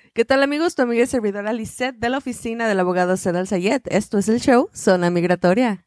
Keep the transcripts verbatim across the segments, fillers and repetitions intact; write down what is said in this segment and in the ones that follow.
¿Qué tal, amigos? Tu amiga y servidora Lisette de la oficina del abogado Said Al-Sayed. Esto es el show Zona Migratoria.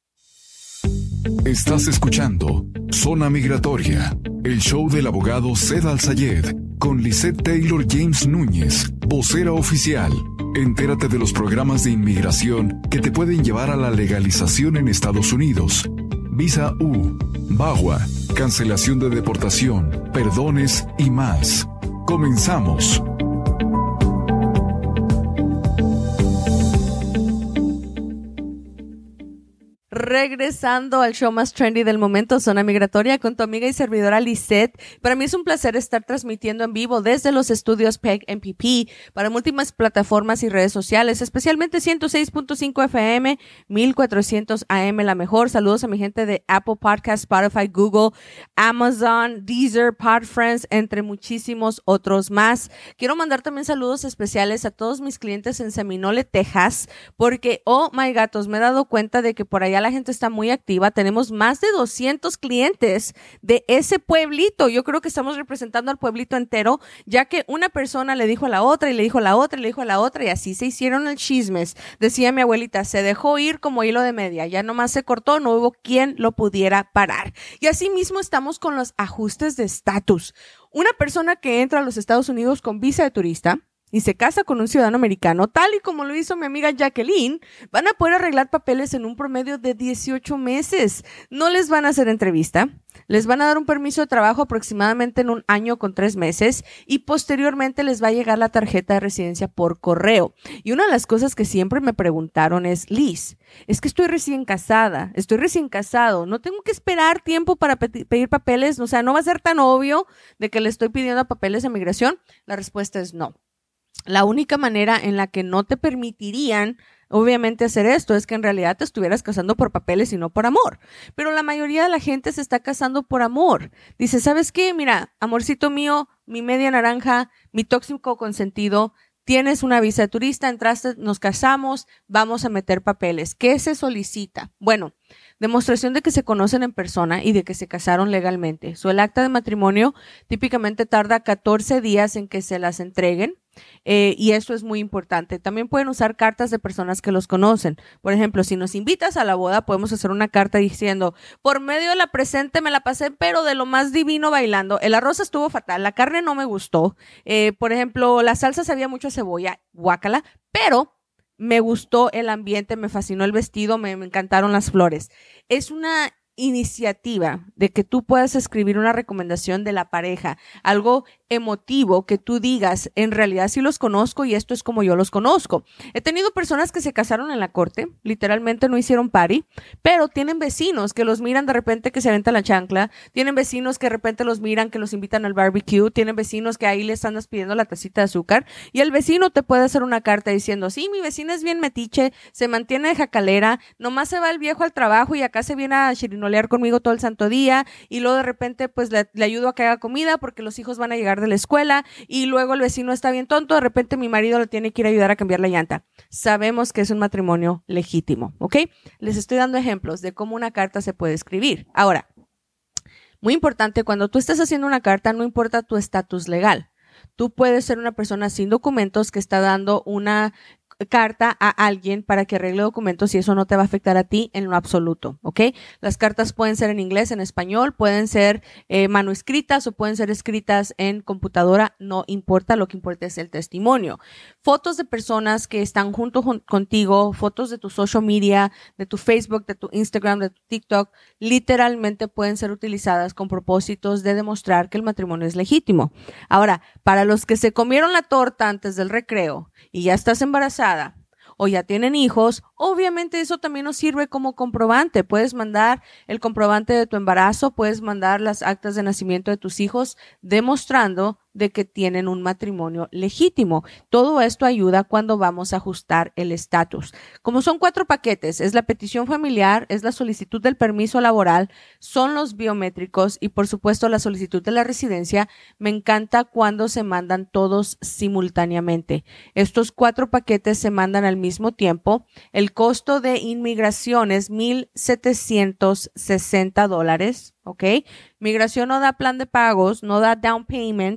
Estás escuchando Zona Migratoria, el show del abogado Said Al-Sayed con Lisette Taylor James Núñez, vocera oficial. Entérate de los programas de inmigración que te pueden llevar a la legalización en Estados Unidos. Visa U, B A W A, cancelación de deportación, perdones y más. Comenzamos. Regresando al show más trendy del momento, Zona Migratoria, con tu amiga y servidora Lisette. Para mí es un placer estar transmitiendo en vivo desde los estudios P E G M P P para múltiples plataformas y redes sociales, especialmente ciento seis punto cinco F M, mil cuatrocientos A M, la mejor. Saludos a mi gente de Apple Podcast, Spotify, Google, Amazon, Deezer, Podfriends, entre muchísimos otros más. Quiero mandar también saludos especiales a todos mis clientes en Seminole, Texas, porque, oh my gatos, me he dado cuenta de que por allá la gente está muy activa. Tenemos más de doscientos clientes de ese pueblito. Yo creo que estamos representando al pueblito entero, ya que una persona le dijo a la otra y le dijo a la otra y le dijo a la otra y así se hicieron el chismes. Decía mi abuelita, se dejó ir como hilo de media. Ya nomás se cortó, no hubo quien lo pudiera parar. Y así mismo estamos con los ajustes de estatus. Una persona que entra a los Estados Unidos con visa de turista y se casa con un ciudadano americano, tal y como lo hizo mi amiga Jacqueline, van a poder arreglar papeles en un promedio de dieciocho meses. No les van a hacer entrevista, les van a dar un permiso de trabajo aproximadamente en un año con tres meses y posteriormente les va a llegar la tarjeta de residencia por correo. Y una de las cosas que siempre me preguntaron es, Liz, es que estoy recién casada, estoy recién casado, no tengo que esperar tiempo para pe- pedir papeles, o sea, no va a ser tan obvio de que le estoy pidiendo papeles de migración. La respuesta es no. La única manera en la que no te permitirían, obviamente, hacer esto es que en realidad te estuvieras casando por papeles y no por amor. Pero la mayoría de la gente se está casando por amor. Dice, ¿sabes qué? Mira, amorcito mío, mi media naranja, mi tóxico consentido, tienes una visa de turista, entraste, nos casamos, vamos a meter papeles. ¿Qué se solicita? Bueno, demostración de que se conocen en persona y de que se casaron legalmente. So, el acta de matrimonio típicamente tarda catorce días en que se las entreguen. Eh, y eso es muy importante. También pueden usar cartas de personas que los conocen. Por ejemplo, si nos invitas a la boda, podemos hacer una carta diciendo, por medio de la presente me la pasé, pero de lo más divino bailando. El arroz estuvo fatal, la carne no me gustó. Eh, por ejemplo, la salsa sabía mucho a cebolla, guácala, pero me gustó el ambiente, me fascinó el vestido, me, me encantaron las flores. Es una iniciativa de que tú puedas escribir una recomendación de la pareja, algo emotivo que tú digas, en realidad sí los conozco y esto es como yo los conozco. He tenido personas que se casaron en la corte, literalmente no hicieron party, pero tienen vecinos que los miran de repente que se aventan la chancla, tienen vecinos que de repente los miran que los invitan al barbecue, tienen vecinos que ahí les andas pidiendo la tacita de azúcar y el vecino te puede hacer una carta diciendo, sí, mi vecina es bien metiche, se mantiene de jacalera, nomás se va el viejo al trabajo y acá se viene a chirinolear conmigo todo el santo día y luego de repente pues le, le ayudo a que haga comida porque los hijos van a llegar de la escuela y luego el vecino está bien tonto, de repente mi marido le tiene que ir a ayudar a cambiar la llanta. Sabemos que es un matrimonio legítimo, ¿ok? Les estoy dando ejemplos de cómo una carta se puede escribir. Ahora, muy importante, cuando tú estés haciendo una carta, no importa tu estatus legal. Tú puedes ser una persona sin documentos que está dando una carta a alguien para que arregle documentos y eso no te va a afectar a ti en lo absoluto, ¿ok? Las cartas pueden ser en inglés, en español, pueden ser eh, manuscritas o pueden ser escritas en computadora, no importa, lo que importa es el testimonio. Fotos de personas que están junto jun- contigo, fotos de tu social media, de tu Facebook, de tu Instagram, de tu TikTok, literalmente pueden ser utilizadas con propósitos de demostrar que el matrimonio es legítimo. Ahora, para los que se comieron la torta antes del recreo y ya estás embarazada, o ya tienen hijos, obviamente eso también nos sirve como comprobante. Puedes mandar el comprobante de tu embarazo, puedes mandar las actas de nacimiento de tus hijos demostrando de que tienen un matrimonio legítimo. Todo esto ayuda cuando vamos a ajustar el estatus. Como son cuatro paquetes, es la petición familiar, es la solicitud del permiso laboral, son los biométricos y por supuesto la solicitud de la residencia. Me encanta cuando se mandan todos simultáneamente. Estos cuatro paquetes se mandan al mismo tiempo. El costo de inmigración es mil setecientos sesenta dólares, ¿ok? Migración no da plan de pagos, no da down payment.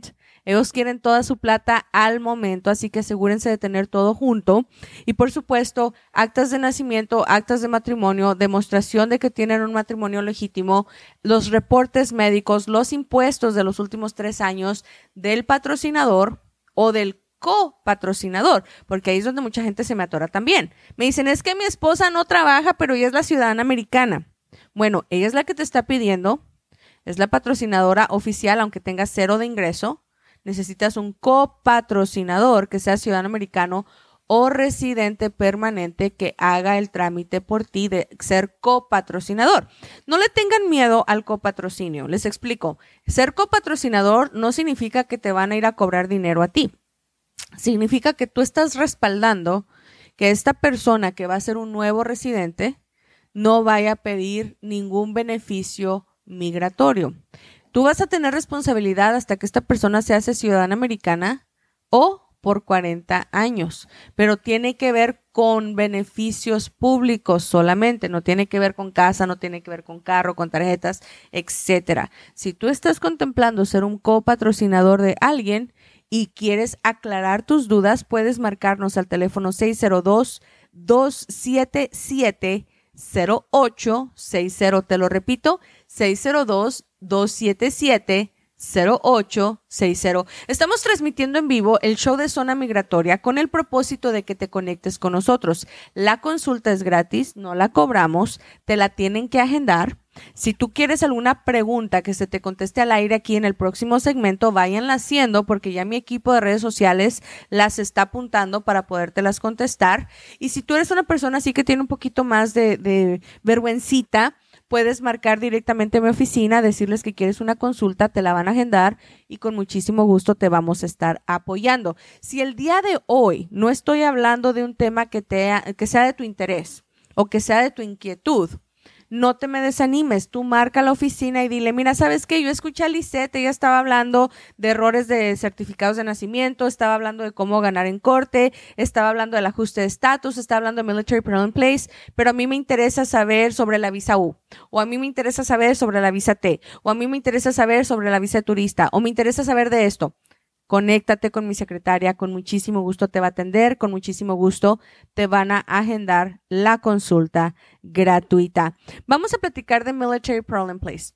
Ellos quieren toda su plata al momento, así que asegúrense de tener todo junto. Y por supuesto, actas de nacimiento, actas de matrimonio, demostración de que tienen un matrimonio legítimo, los reportes médicos, los impuestos de los últimos tres años del patrocinador o del copatrocinador, porque ahí es donde mucha gente se me atora también. Me dicen, es que mi esposa no trabaja, pero ella es la ciudadana americana. Bueno, ella es la que te está pidiendo, es la patrocinadora oficial, aunque tenga cero de ingreso. Necesitas un copatrocinador que sea ciudadano americano o residente permanente que haga el trámite por ti de ser copatrocinador. No le tengan miedo al copatrocinio. Les explico. Ser copatrocinador no significa que te van a ir a cobrar dinero a ti. Significa que tú estás respaldando que esta persona que va a ser un nuevo residente no vaya a pedir ningún beneficio migratorio. Tú vas a tener responsabilidad hasta que esta persona se hace ciudadana americana o por cuarenta años, pero tiene que ver con beneficios públicos solamente, no tiene que ver con casa, no tiene que ver con carro, con tarjetas, etcétera. Si tú estás contemplando ser un copatrocinador de alguien y quieres aclarar tus dudas, puedes marcarnos al teléfono seis cero dos, dos siete siete, cero ocho seis cero. Te lo repito, seis cero dos, dos siete siete, cero ocho seis cero. Estamos transmitiendo en vivo el show de Zona Migratoria con el propósito de que te conectes con nosotros. La consulta es gratis, no la cobramos, te la tienen que agendar. Si tú quieres alguna pregunta que se te conteste al aire aquí en el próximo segmento, váyanla haciendo porque ya mi equipo de redes sociales las está apuntando para podértelas contestar. Y si tú eres una persona así que tiene un poquito más de, de vergüencita, puedes marcar directamente a mi oficina, decirles que quieres una consulta, te la van a agendar y con muchísimo gusto te vamos a estar apoyando. Si el día de hoy no estoy hablando de un tema que, te, que sea de tu interés o que sea de tu inquietud, no te me desanimes, tú marca a la oficina y dile, mira, ¿sabes qué? Yo escuché a Lisette, ella estaba hablando de errores de certificados de nacimiento, estaba hablando de cómo ganar en corte, estaba hablando del ajuste de estatus, estaba hablando de Military Parole in Place, pero a mí me interesa saber sobre la visa U, o a mí me interesa saber sobre la visa T, o a mí me interesa saber sobre la visa de turista, o me interesa saber de esto. Conéctate con mi secretaria, con muchísimo gusto te va a atender, con muchísimo gusto te van a agendar la consulta gratuita. Vamos a platicar de Military Parole in Place.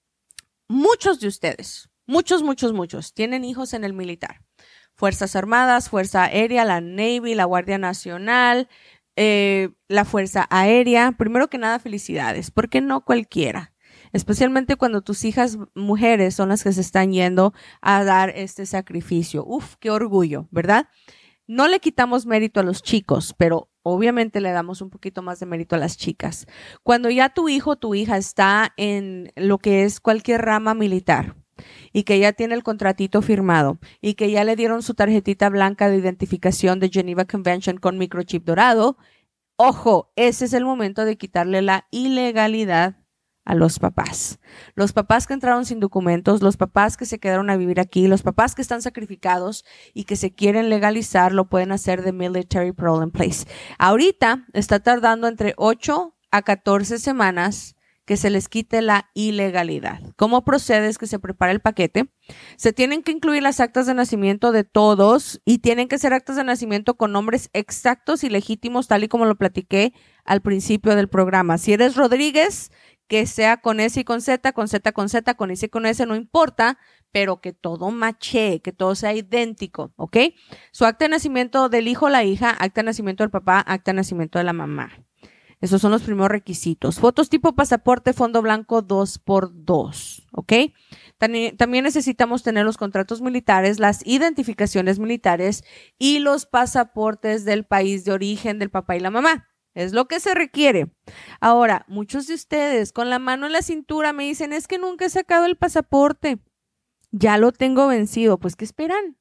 Muchos de ustedes, muchos, muchos, muchos, tienen hijos en el militar. Fuerzas Armadas, Fuerza Aérea, la Navy, la Guardia Nacional, eh, la Fuerza Aérea. Primero que nada, felicidades, porque no cualquiera. Especialmente cuando tus hijas mujeres son las que se están yendo a dar este sacrificio. Uf, qué orgullo, ¿verdad? No le quitamos mérito a los chicos, pero obviamente le damos un poquito más de mérito a las chicas. Cuando ya tu hijo o tu hija está en lo que es cualquier rama militar y que ya tiene el contratito firmado y que ya le dieron su tarjetita blanca de identificación de Geneva Convention con microchip dorado, ojo, ese es el momento de quitarle la ilegalidad a los papás. Los papás que entraron sin documentos, los papás que se quedaron a vivir aquí, los papás que están sacrificados y que se quieren legalizar, lo pueden hacer de Military Parole in Place. Ahorita está tardando entre ocho a catorce semanas que se les quite la ilegalidad. ¿Cómo procede? Es que se prepara el paquete. Se tienen que incluir las actas de nacimiento de todos y tienen que ser actas de nacimiento con nombres exactos y legítimos, tal y como lo platiqué al principio del programa. Si eres Rodríguez, que sea con S y con Z, con Z con Z, con S y con S, no importa, pero que todo mache, que todo sea idéntico, ¿ok? Su acta de nacimiento del hijo o la hija, acta de nacimiento del papá, acta de nacimiento de la mamá. Esos son los primeros requisitos. Fotos tipo pasaporte, fondo blanco dos por dos, ¿ok? También necesitamos tener los contratos militares, las identificaciones militares y los pasaportes del país de origen del papá y la mamá. Es lo que se requiere. Ahora, muchos de ustedes con la mano en la cintura me dicen, es que nunca he sacado el pasaporte. Ya lo tengo vencido. Pues, ¿qué esperan?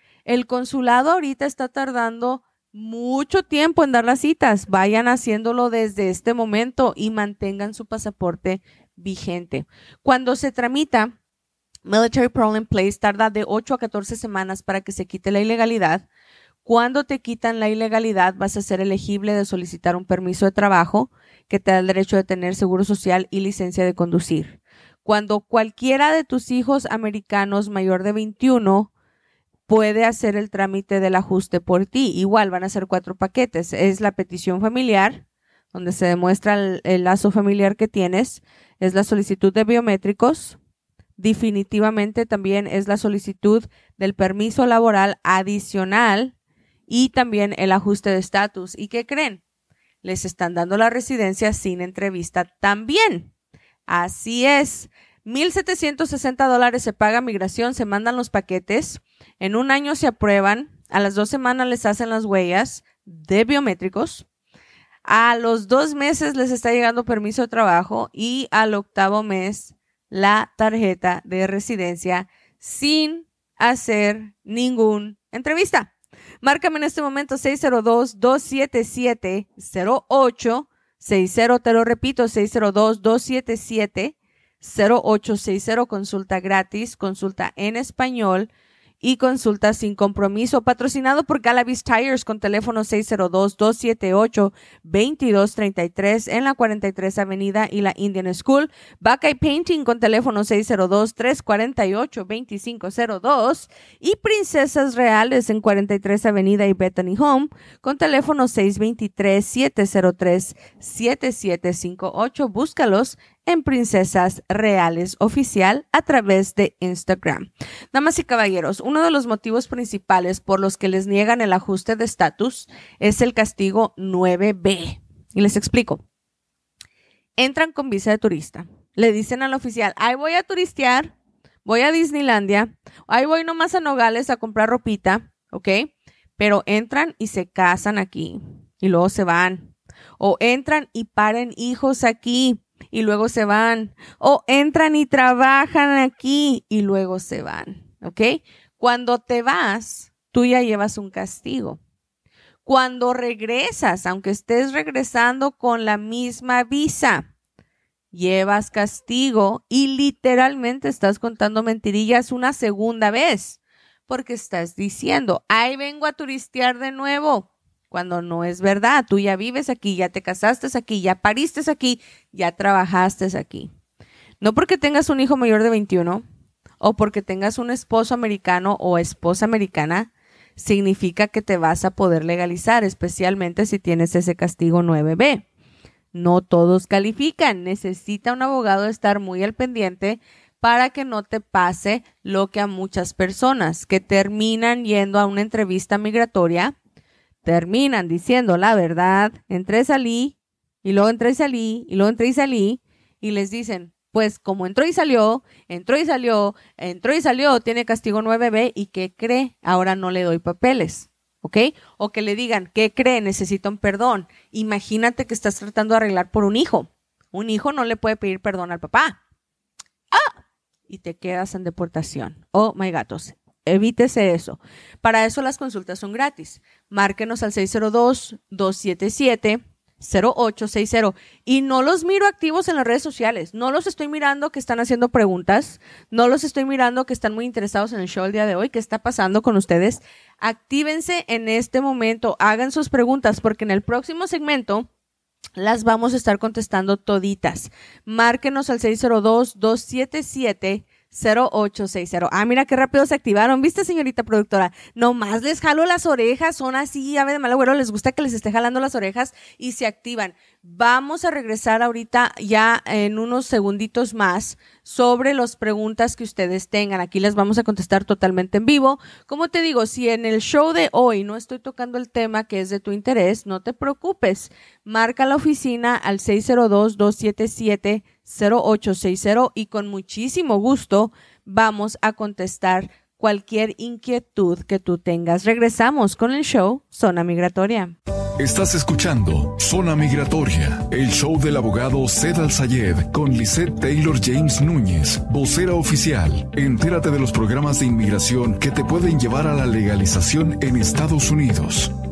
El consulado ahorita está tardando mucho tiempo en dar las citas. Vayan haciéndolo desde este momento y mantengan su pasaporte vigente. Cuando se tramita Military Parole in Place, tarda de ocho a catorce semanas para que se quite la ilegalidad. Cuando te quitan la ilegalidad, vas a ser elegible de solicitar un permiso de trabajo que te da el derecho de tener seguro social y licencia de conducir. Cuando cualquiera de tus hijos americanos mayor de veintiuno puede hacer el trámite del ajuste por ti. Igual van a ser cuatro paquetes. Es la petición familiar, donde se demuestra el, el lazo familiar que tienes. Es la solicitud de biométricos. Definitivamente también es la solicitud del permiso laboral adicional y también el ajuste de estatus. ¿Y qué creen? Les están dando la residencia sin entrevista también. Así es. mil setecientos sesenta dólares se paga migración, se mandan los paquetes. En un año se aprueban. A las dos semanas les hacen las huellas de biométricos. A los dos meses les está llegando permiso de trabajo y al octavo mes la tarjeta de residencia sin hacer ninguna entrevista. Márcame en este momento seis cero dos, dos siete siete, cero ocho seis cero. Te lo repito, seis cero dos, dos siete siete, cero ocho seis cero. Consulta gratis, consulta en español y consulta sin compromiso. Patrocinado por Galavis Tires con teléfono seis cero dos, dos siete ocho, dos dos tres tres en la cuarenta y tres Avenida y la Indian School. Buckeye Painting con teléfono seis cero dos, tres cuatro ocho, dos cinco cero dos. Y Princesas Reales en cuarenta y tres Avenida y Bethany Home con teléfono seis dos tres, siete cero tres, siete siete cinco ocho. Búscalos en Princesas Reales Oficial a través de Instagram. Damas y caballeros, uno de los motivos principales por los que les niegan el ajuste de estatus es el castigo nueve B. Y les explico. Entran con visa de turista. Le dicen al oficial, ahí voy a turistear, voy a Disneylandia, ahí voy nomás a Nogales a comprar ropita, ¿ok? Pero entran y se casan aquí y luego se van. O entran y paren hijos aquí y luego se van. O entran y trabajan aquí y luego se van. ¿Ok? Cuando te vas, tú ya llevas un castigo. Cuando regresas, aunque estés regresando con la misma visa, llevas castigo y literalmente estás contando mentirillas una segunda vez. Porque estás diciendo, ahí vengo a turistear de nuevo. Cuando no es verdad, tú ya vives aquí, ya te casaste aquí, ya pariste aquí, ya trabajaste aquí. No porque tengas un hijo mayor de veintiuno o porque tengas un esposo americano o esposa americana, significa que te vas a poder legalizar, especialmente si tienes ese castigo nueve B. No todos califican, necesita un abogado estar muy al pendiente para que no te pase lo que a muchas personas que terminan yendo a una entrevista migratoria, terminan diciendo la verdad, entré, salí, y luego entré y salí, y luego entré y salí, y les dicen, pues como entró y salió, entró y salió, entró y salió, tiene castigo nueve B, ¿y qué cree? Ahora no le doy papeles, ¿ok? O que le digan, ¿qué cree? Necesita un perdón. Imagínate que estás tratando de arreglar por un hijo. Un hijo no le puede pedir perdón al papá. ¡Ah! Y te quedas en deportación. Oh, my gatos. Evítese eso. Para eso las consultas son gratis. Márquenos al seis cero dos, dos siete siete, cero ocho seis cero. Y no los miro activos en las redes sociales. No los estoy mirando que están haciendo preguntas. No los estoy mirando que están muy interesados en el show el día de hoy. ¿Qué está pasando con ustedes? Actívense en este momento. Hagan sus preguntas porque en el próximo segmento las vamos a estar contestando toditas. Márquenos al seis cero dos, dos siete siete, cero ocho seis cero. Ah, mira qué rápido se activaron. ¿Viste, señorita productora? Nomás les jalo las orejas. Son así, ave de mal agüero. Les gusta que les esté jalando las orejas y se activan. Vamos a regresar ahorita ya en unos segunditos más sobre las preguntas que ustedes tengan. Aquí les vamos a contestar totalmente en vivo. Como te digo, si en el show de hoy no estoy tocando el tema que es de tu interés, no te preocupes. Marca la oficina al seis cero dos, dos siete siete, cero ocho seis cero y con muchísimo gusto vamos a contestar cualquier inquietud que tú tengas. Regresamos con el show Zona Migratoria. Estás escuchando Zona Migratoria, el show del abogado Zed Al-Sayed con Lisette Taylor James Núñez, vocera oficial. Entérate de los programas de inmigración que te pueden llevar a la legalización en Estados Unidos.